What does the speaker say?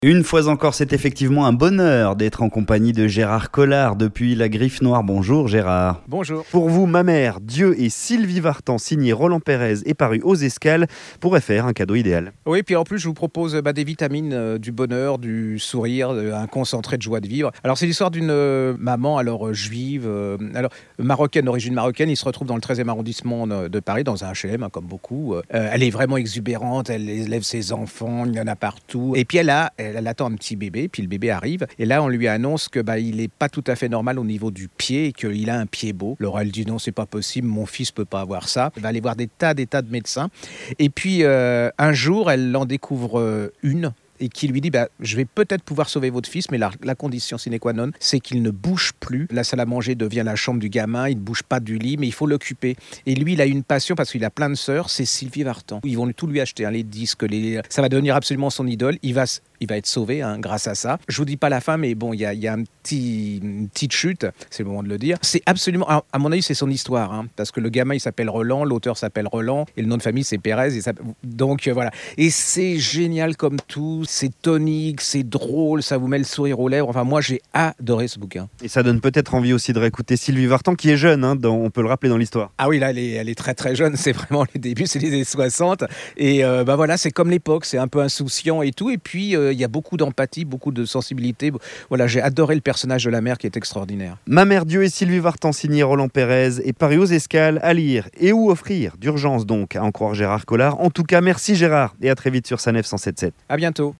Une fois encore, c'est effectivement un bonheur d'être en compagnie de Gérard Collard depuis La Griffe Noire. Bonjour Gérard. Bonjour. Pour vous, Ma Mère, Dieu et Sylvie Vartan, signé Roland Pérez et paru aux Escales, pourrait faire un cadeau idéal. Oui, puis en plus, je vous propose des vitamines, du bonheur, du sourire, un concentré de joie de vivre. Alors, c'est l'histoire d'une maman, juive, marocaine, d'origine marocaine. Il se retrouve dans le 13e arrondissement de Paris, dans un HLM, comme beaucoup. Elle est vraiment exubérante, elle élève ses enfants, il y en a partout. Et puis, elle attend un petit bébé, puis le bébé arrive. Et là, on lui annonce que il n'est pas tout à fait normal au niveau du pied et qu'il a un pied beau. Alors, elle dit non, c'est pas possible, mon fils peut pas avoir ça. Elle va aller voir des tas de médecins. Et puis, un jour, elle en découvre une et qui lui dit je vais peut-être pouvoir sauver votre fils, mais la condition sine qua non, c'est qu'il ne bouge plus. La salle à manger devient la chambre du gamin, il ne bouge pas du lit, mais il faut l'occuper. Et lui, il a une passion parce qu'il a plein de sœurs, c'est Sylvie Vartan. Ils vont tout lui acheter, les disques, ça va devenir absolument son idole. Il va être sauvé grâce à ça. Je vous dis pas la fin, mais bon, il y a une petite chute, c'est le moment de le dire. C'est absolument, à mon avis, c'est son histoire, parce que le gamin, il s'appelle Roland, l'auteur s'appelle Roland, et le nom de famille, c'est Pérez. Donc voilà. Et c'est génial comme tout, c'est tonique, c'est drôle, ça vous met le sourire aux lèvres. Enfin, moi, j'ai adoré ce bouquin. Et ça donne peut-être envie aussi de réécouter Sylvie Vartan, qui est jeune, on peut le rappeler dans l'histoire. Ah oui, là, elle est très très jeune, c'est vraiment les débuts, c'est les années 60. Et voilà, c'est comme l'époque, c'est un peu insouciant et tout. Et puis, il y a beaucoup d'empathie, beaucoup de sensibilité. Voilà, j'ai adoré le personnage de la mère qui est extraordinaire. Ma Mère, Dieu et Sylvie Vartan, signé Roland Pérez et paru aux Escales, à lire et ou offrir d'urgence donc, à en croire Gérard Collard. En tout cas, merci Gérard et à très vite sur Sanef 107.7. À bientôt.